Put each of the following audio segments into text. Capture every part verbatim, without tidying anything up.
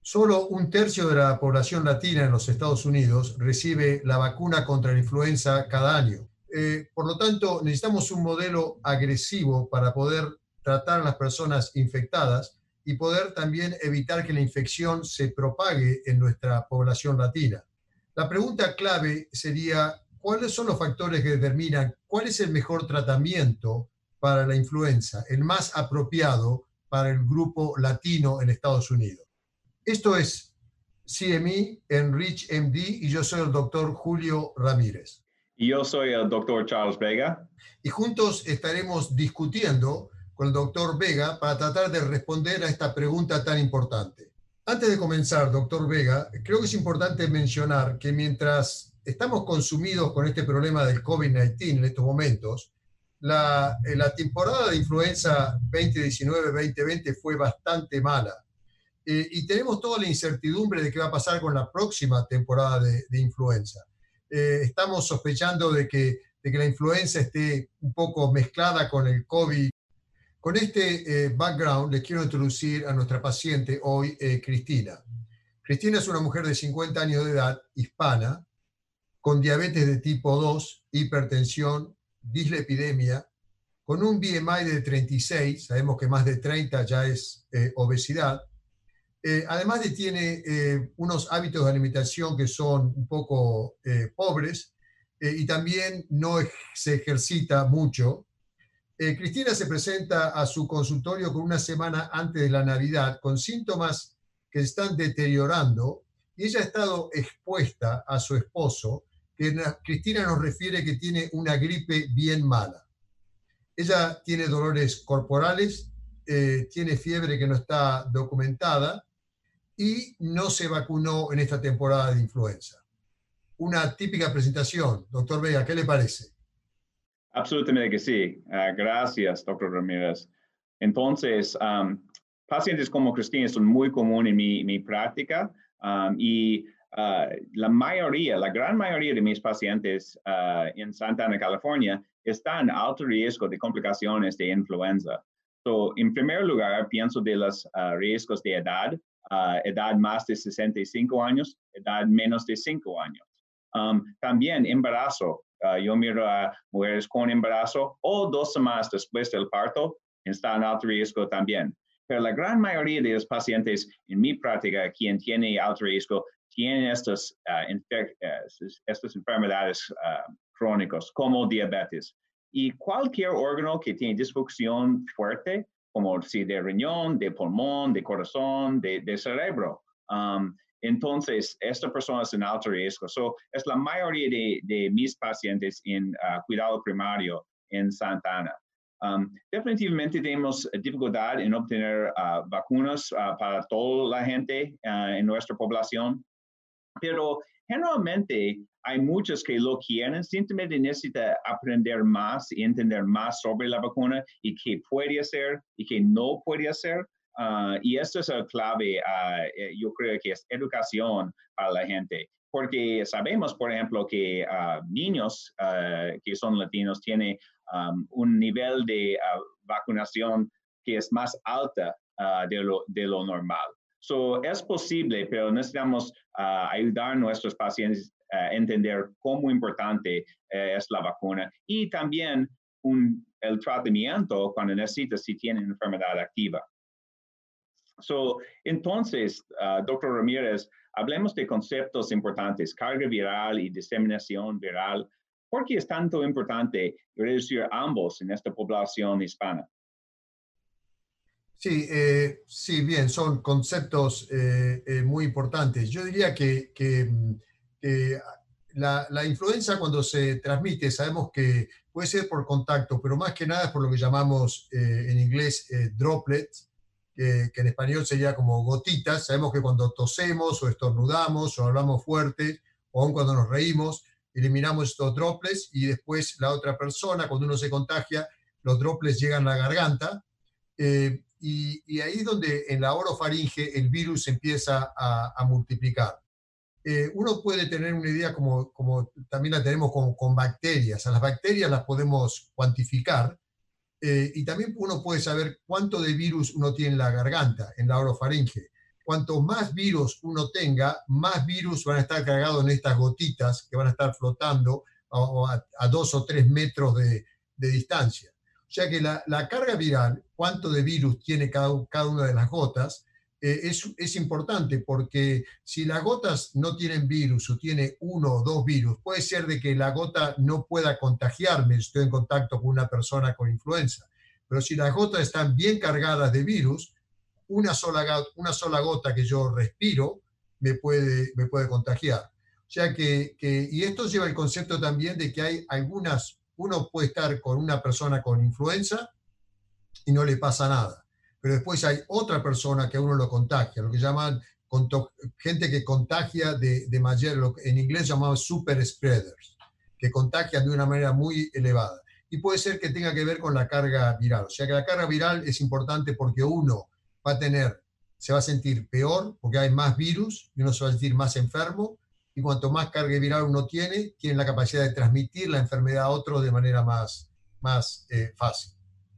Solo un tercio de la población latina en los Estados Unidos recibe la vacuna contra la influenza cada año. Eh, por lo tanto, necesitamos un modelo agresivo para poder tratar a las personas infectadas y poder también evitar que la infección se propague en nuestra población latina. La pregunta clave sería, ¿cuáles son los factores que determinan cuál es el mejor tratamiento para la influenza, el más apropiado para el grupo latino en Estados Unidos? Esto es C M E en Rich M D y yo soy el doctor Julio Ramírez. Y yo soy el doctor Charles Vega. Y juntos estaremos discutiendo con el doctor Vega para tratar de responder a esta pregunta tan importante. Antes de comenzar, doctor Vega, creo que es importante mencionar que mientras estamos consumidos con este problema del COVID diecinueve en estos momentos, la, la temporada de influenza veinte diecinueve veinte veinte fue bastante mala. Eh, y tenemos toda la incertidumbre de qué va a pasar con la próxima temporada de, de influenza. Eh, estamos sospechando de que, de que la influenza esté un poco mezclada con el COVID. Con este eh, background, les quiero introducir a nuestra paciente hoy, eh, Cristina. Cristina es una mujer de cincuenta años de edad, hispana, con diabetes de tipo dos, hipertensión, dislipidemia, con un B M I de treinta y seis, sabemos que más de treinta ya es eh, obesidad. Eh, además de tiene eh, unos hábitos de alimentación que son un poco eh, pobres eh, y también no se ejercita mucho. Eh, Cristina se presenta a su consultorio con una semana antes de la Navidad con síntomas que se están deteriorando y ella ha estado expuesta a su esposo, que Cristina nos refiere que tiene una gripe bien mala. Ella tiene dolores corporales, eh, tiene fiebre que no está documentada y no se vacunó en esta temporada de influenza. Una típica presentación. Doctor Vega, ¿qué le parece? Absolutamente que sí. Uh, gracias, doctor Ramírez. Entonces, um, pacientes como Cristina son muy comunes en mi, mi práctica um, y uh, la mayoría, la gran mayoría de mis pacientes uh, en Santa Ana, California, están en alto riesgo de complicaciones de influenza. So, en primer lugar, pienso de los uh, riesgos de edad. Uh, edad más de sesenta y cinco años, edad menos de cinco años. Um, también embarazo. Uh, yo miro a mujeres con embarazo o dos semanas después del parto, están en alto riesgo también. Pero la gran mayoría de los pacientes en mi práctica, quien tiene alto riesgo, tienen estas, uh, uh, estas enfermedades uh, crónicas como diabetes. Y cualquier órgano que tiene disfunción fuerte, como si de riñón, de pulmón, de corazón, de, de cerebro. Um, entonces, esta persona es en alto riesgo. So, es la mayoría de, de mis pacientes en uh, cuidado primario en Santa Ana. Um, definitivamente tenemos dificultad en obtener uh, vacunas uh, para toda la gente uh, en nuestra población, pero generalmente hay muchos que lo quieren, simplemente necesita aprender más y entender más sobre la vacuna y qué puede hacer y qué no puede hacer. Uh, y esto es la clave, uh, yo creo que es educación para la gente. Porque sabemos, por ejemplo, que uh, niños uh, que son latinos tienen um, un nivel de uh, vacunación que es más alta uh, de, lo, de lo normal. So, es posible, pero necesitamos uh, ayudar a nuestros pacientes a uh, entender cómo importante uh, es la vacuna y también un, el tratamiento cuando necesitas si tienen enfermedad activa. So, entonces, uh, doctor Ramírez, hablemos de conceptos importantes, carga viral y diseminación viral. ¿Por qué es tanto importante reducir ambos en esta población hispana? Sí, eh, sí, bien, son conceptos eh, eh, muy importantes. Yo diría que, que, que la, la influenza cuando se transmite, sabemos que puede ser por contacto, pero más que nada es por lo que llamamos eh, en inglés eh, droplets, que, que en español sería como gotitas. Sabemos que cuando tosemos o estornudamos o hablamos fuerte o aun cuando nos reímos, eliminamos estos droplets y después la otra persona, cuando uno se contagia, los droplets llegan a la garganta. Eh, y, y ahí es donde en la orofaringe el virus empieza a, a multiplicar. Eh, uno puede tener una idea como, como también la tenemos con, con bacterias. A las bacterias las podemos cuantificar eh, y también uno puede saber cuánto de virus uno tiene en la garganta, en la orofaringe. cuanto más virus uno tenga, más virus van a estar cargados en estas gotitas que van a estar flotando a, a, a dos o tres metros de, de distancia. O sea que la, la carga viral, cuánto de virus tiene cada, cada una de las gotas, eh, es, es importante, porque si las gotas no tienen virus o tiene uno o dos virus, puede ser de que la gota no pueda contagiarme si estoy en contacto con una persona con influenza. Pero si las gotas están bien cargadas de virus, una sola, una sola gota que yo respiro me puede, me puede contagiar. O sea que, que, y esto lleva el concepto también de que hay algunas, uno puede estar con una persona con influenza y no le pasa nada, pero después hay otra persona que a uno lo contagia, lo que llaman gente que contagia de, de mayor, lo que en inglés llamamos super spreaders, que contagian de una manera muy elevada. Y puede ser que tenga que ver con la carga viral. O sea que la carga viral es importante porque uno va a tener, se va a sentir peor porque hay más virus y uno se va a sentir más enfermo, y cuanto más carga viral uno tiene, tiene la capacidad de transmitir la enfermedad a otros de manera más, más eh, fácil.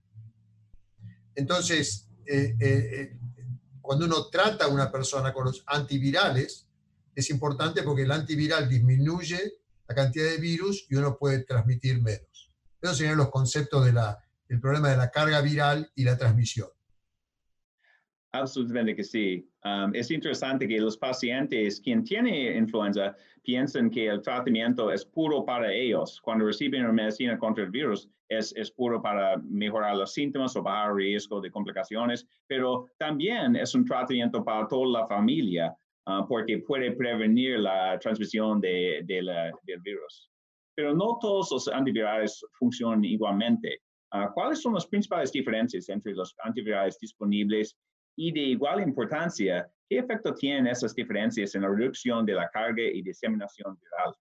Entonces, eh, eh, cuando uno trata a una persona con los antivirales, es importante porque el antiviral disminuye la cantidad de virus y uno puede transmitir menos. Esos serían los conceptos del de problema de la carga viral y la transmisión. Absolutamente que sí. Um, es interesante que los pacientes quien tienen influenza piensan que el tratamiento es puro para ellos. Cuando reciben una medicina contra el virus, es, es puro para mejorar los síntomas o bajar el riesgo de complicaciones, pero también es un tratamiento para toda la familia, uh, porque puede prevenir la transmisión de, de la, del virus. Pero no todos los antivirales funcionan igualmente. Uh, ¿Cuáles son las principales diferencias entre los antivirales disponibles? Y de igual importancia, ¿qué efecto tienen esas diferencias en la reducción de la carga y diseminación viral?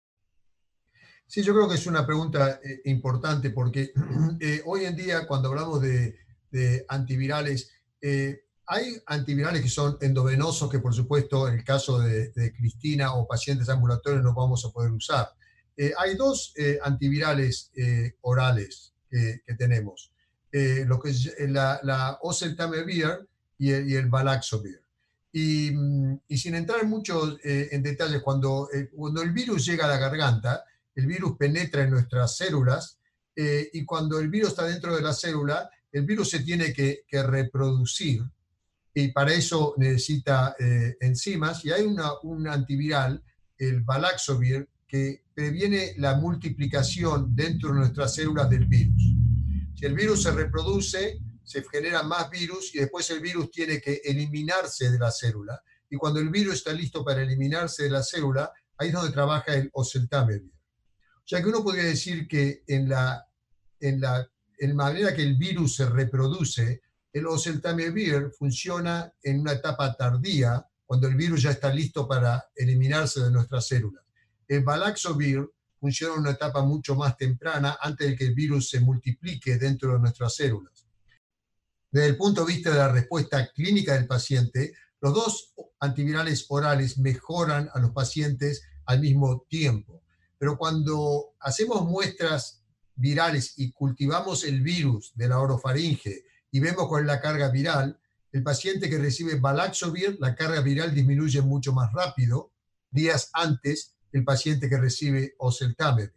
Sí, yo creo que es una pregunta eh, importante porque eh, hoy en día cuando hablamos de, de antivirales, eh, hay antivirales que son endovenosos que por supuesto en el caso de, de Cristina o pacientes ambulatorios no vamos a poder usar. Eh, hay dos eh, antivirales eh, orales que, que tenemos, eh, lo que es la, la oseltamivir y el, y el Baloxavir. Y, y sin entrar mucho eh, en detalles, cuando, eh, cuando el virus llega a la garganta, el virus penetra en nuestras células eh, y cuando el virus está dentro de la célula, el virus se tiene que, que reproducir y para eso necesita eh, enzimas, y hay una, un antiviral, el Baloxavir, que previene la multiplicación dentro de nuestras células del virus. Si el virus se reproduce, se generan más virus y después el virus tiene que eliminarse de la célula. Y cuando el virus está listo para eliminarse de la célula, ahí es donde trabaja el oseltamivir. O sea que uno podría decir que en la, en la, en la manera que el virus se reproduce, el oseltamivir funciona en una etapa tardía, cuando el virus ya está listo para eliminarse de nuestras células. El Baloxavir funciona en una etapa mucho más temprana, antes de que el virus se multiplique dentro de nuestras células. Desde el punto de vista de la respuesta clínica del paciente, los dos antivirales orales mejoran a los pacientes al mismo tiempo. Pero cuando hacemos muestras virales y cultivamos el virus de la orofaringe y vemos cuál es la carga viral, el paciente que recibe Baloxavir, la carga viral disminuye mucho más rápido, días antes el paciente que recibe oseltamivir.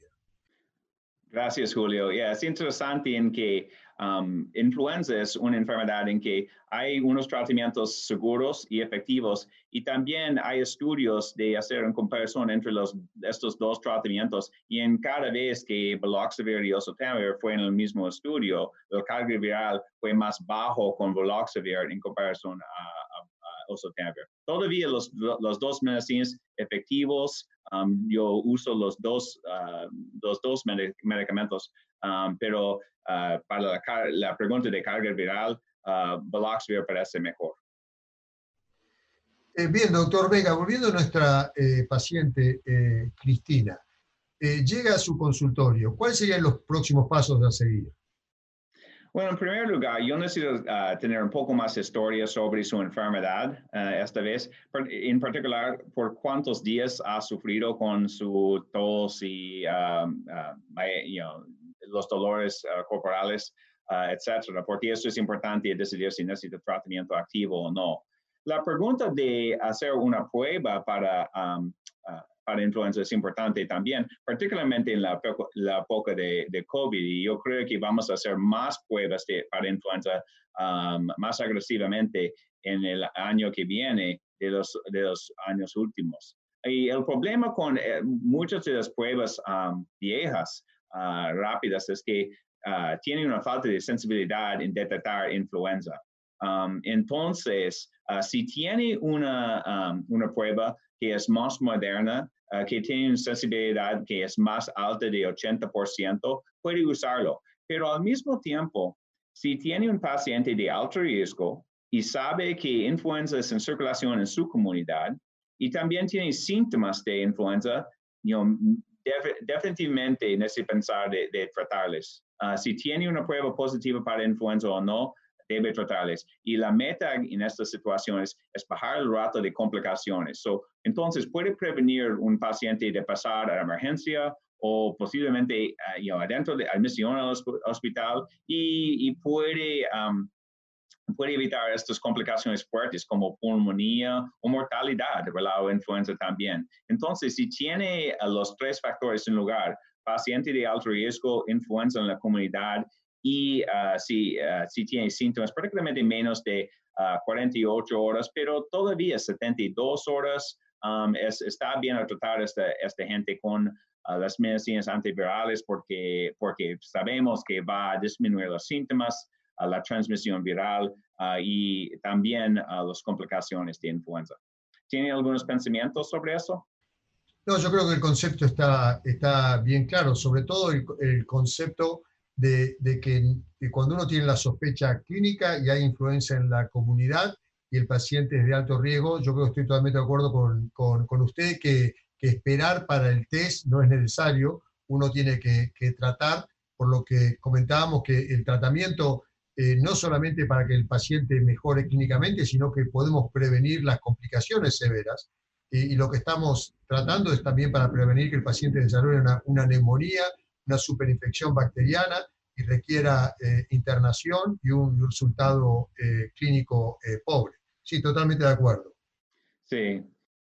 Gracias, Julio. Yeah, es interesante en que um, influenza es una enfermedad en que hay unos tratamientos seguros y efectivos, y también hay estudios de hacer una comparación entre los, estos dos tratamientos, y en cada vez que Baloxavir y oseltamivir fue en el mismo estudio, el carga viral fue más bajo con Baloxavir en comparación a, a, a oseltamivir. Todavía los, los dos medicinas efectivos. Um, yo uso los dos, uh, los dos medicamentos, um, pero uh, para la, la pregunta de carga viral, uh, Baloxavir parece mejor. Eh, bien, doctor Vega, volviendo a nuestra eh, paciente eh, Cristina, eh, llega a su consultorio. ¿Cuáles serían los próximos pasos a seguir? Bueno, en primer lugar, yo necesito uh, tener un poco más de historia sobre su enfermedad uh, esta vez, en particular por cuántos días ha sufrido con su tos y um, uh, you know, los dolores uh, corporales, uh, etcétera, porque eso es importante decidir si necesita tratamiento activo o no. La pregunta de hacer una prueba para, um, uh, para influenza es importante también, particularmente en la, la época de, de COVID. Y yo creo que vamos a hacer más pruebas de, para influenza um, más agresivamente en el año que viene de los, de los años últimos. Y el problema con eh, muchas de las pruebas um, viejas, uh, rápidas, es que uh, tienen una falta de sensibilidad en detectar influenza. Um, entonces, uh, si tiene una, um, una prueba que es más moderna, uh, que tiene una sensibilidad que es más alta de ochenta por ciento, puede usarlo. Pero al mismo tiempo, si tiene un paciente de alto riesgo y sabe que influenza es en circulación en su comunidad y también tiene síntomas de influenza, you know, def definitivamente necesita pensar de, de tratarles. Uh, si tiene una prueba positiva para influenza o no, debe tratarles. Y la meta en estas situaciones es bajar el rato de complicaciones. So, entonces, puede prevenir un paciente de pasar a la emergencia o posiblemente uh, you know, adentro de admisión al hospital y, y puede, um, puede evitar estas complicaciones fuertes como pulmonía o mortalidad relacionada a influenza también. Entonces, si tiene uh, los tres factores en lugar, paciente de alto riesgo, influenza en la comunidad, y uh, si, uh, si tiene síntomas, prácticamente menos de uh, cuarenta y ocho horas, pero todavía setenta y dos horas, um, es, está bien a tratar a esta, esta gente con uh, las medicinas antivirales porque, porque sabemos que va a disminuir los síntomas, uh, la transmisión viral uh, y también uh, las complicaciones de influenza. ¿Tiene algunos pensamientos sobre eso? No, yo creo que el concepto está, está bien claro, sobre todo el, el concepto de, de que, que cuando uno tiene la sospecha clínica y hay influenza en la comunidad y el paciente es de alto riesgo, yo creo que estoy totalmente de acuerdo con, con, con usted que, que esperar para el test no es necesario, uno tiene que, que tratar, por lo que comentábamos que el tratamiento eh, no solamente para que el paciente mejore clínicamente, sino que podemos prevenir las complicaciones severas. Y, y lo que estamos tratando es también para prevenir que el paciente desarrolle una, una neumonía, una superinfección bacteriana y requiera eh, internación y un resultado eh, clínico eh, pobre. Sí, totalmente de acuerdo. Sí.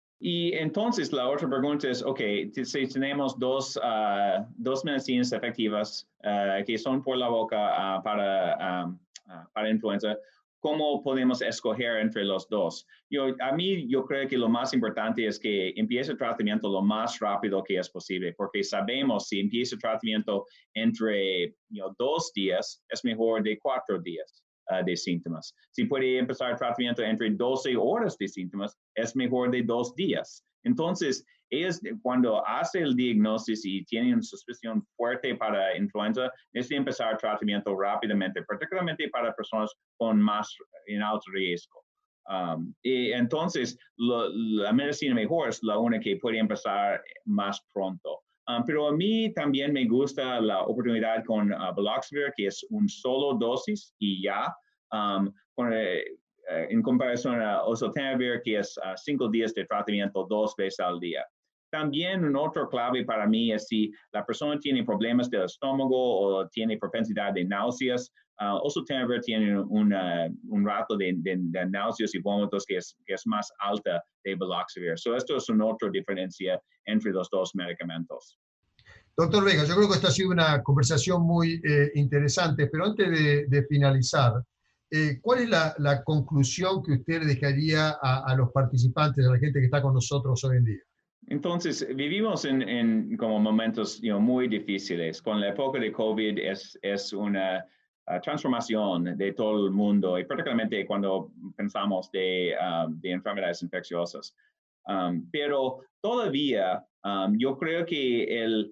Y entonces la otra pregunta es, ok, si tenemos dos, uh, dos medicinas efectivas uh, que son por la boca uh, para, um, uh, para influenza, ¿cómo podemos escoger entre los dos? Yo, a mí yo creo que lo más importante es que empiece el tratamiento lo más rápido que es posible, porque sabemos si empieza el tratamiento entre you know, dos días, es mejor de cuatro días. Uh, de síntomas. Si puede empezar el tratamiento entre doce horas de síntomas, es mejor de dos días. Entonces, es cuando hace el diagnóstico y tiene una suspición fuerte para influenza, necesita empezar el tratamiento rápidamente, particularmente para personas con más en alto riesgo. Um, y entonces, lo, la medicina mejor es la una que puede empezar más pronto. Um, pero a mí también me gusta la oportunidad con uh, Baloxavir, que es un solo dosis y ya, um, con, eh, eh, en comparación a Oseltamivir, que es uh, cinco días de tratamiento dos veces al día. También un otro clave para mí es si la persona tiene problemas del estómago o tiene propensidad de náuseas. Uh, Oseltamivir tiene una, un rato de, de, de náuseas y vómitos que es, que es más alta de Baloxavir. So esto es una otra diferencia entre los dos medicamentos. Doctor Vega, yo creo que esta ha sido una conversación muy eh, interesante, pero antes de, de finalizar, eh, ¿cuál es la, la conclusión que usted dejaría a, a los participantes, a la gente que está con nosotros hoy en día? Entonces, vivimos en, en como momentos you know, muy difíciles. Con la época de COVID es, es una uh, transformación de todo el mundo, y particularmente cuando pensamos de, um, de enfermedades infecciosas. Um, pero todavía um, yo creo que el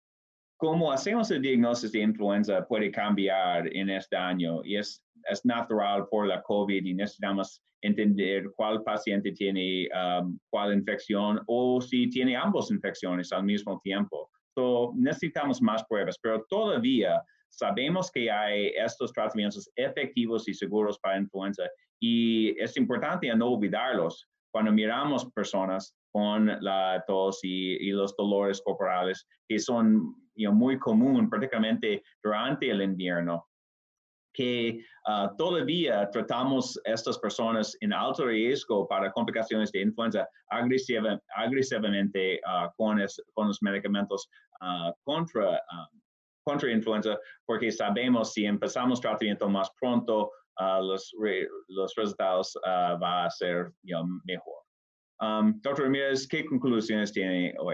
cómo hacemos el diagnóstico de influenza puede cambiar en este año, y es, es natural por la COVID y necesitamos entender cuál paciente tiene um, cuál infección o si tiene ambas infecciones al mismo tiempo. So, necesitamos más pruebas, pero todavía sabemos que hay estos tratamientos efectivos y seguros para influenza, y es importante no olvidarlos cuando miramos personas con la tos y, y los dolores corporales que son you know, muy común, prácticamente durante el invierno. que uh, todavía tratamos a estas personas en alto riesgo para complicaciones de influenza agresiva, agresivamente uh, con, es, con los medicamentos uh, contra, uh, contra influenza, porque sabemos si empezamos tratamiento más pronto, uh, los, re, los resultados uh, van a ser you know, mejor. Um, doctor Ramírez, ¿qué conclusiones tiene hoy?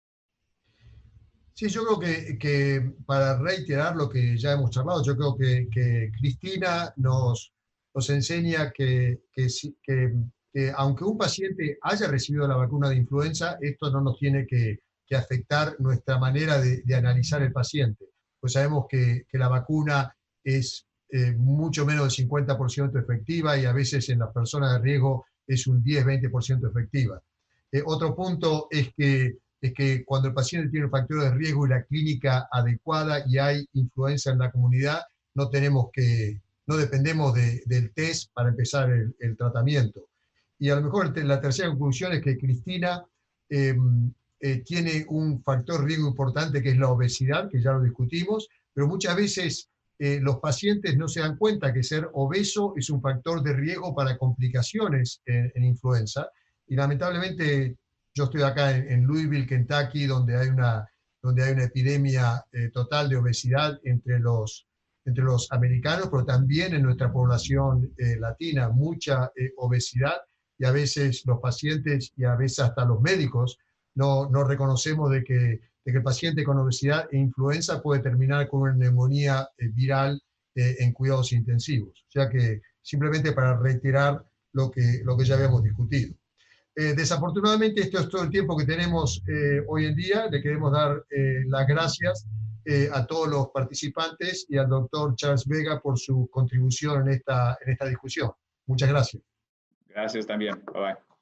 Sí, yo creo que, que para reiterar lo que ya hemos charlado, yo creo que, que Cristina nos, nos enseña que, que, que, que aunque un paciente haya recibido la vacuna de influenza, esto no nos tiene que, que afectar nuestra manera de, de analizar el paciente. Pues sabemos que, que la vacuna es eh, mucho menos del cincuenta por ciento efectiva y a veces en las personas de riesgo es un diez a veinte por ciento efectiva. Eh, otro punto es que es que cuando el paciente tiene un factor de riesgo y la clínica adecuada y hay influenza en la comunidad, no tenemos que, no dependemos de, del test para empezar el, el tratamiento. Y a lo mejor la tercera conclusión es que Cristina eh, eh, tiene un factor de riesgo importante que es la obesidad, que ya lo discutimos, pero muchas veces eh, los pacientes no se dan cuenta que ser obeso es un factor de riesgo para complicaciones en, en influenza, y lamentablemente yo estoy acá en, en Louisville, Kentucky, donde hay una, donde hay una epidemia eh, total de obesidad entre los, entre los americanos, pero también en nuestra población eh, latina, mucha eh, obesidad, y a veces los pacientes y a veces hasta los médicos no, no reconocemos de que, de que el paciente con obesidad e influenza puede terminar con una neumonía eh, viral eh, en cuidados intensivos. O sea que simplemente para reiterar lo que, lo que ya habíamos discutido. Eh, desafortunadamente, esto es todo el tiempo que tenemos eh, hoy en día. Le queremos dar eh, las gracias eh, a todos los participantes y al doctor Charles Vega por su contribución en esta, en esta discusión. Muchas gracias. Gracias también. Bye bye.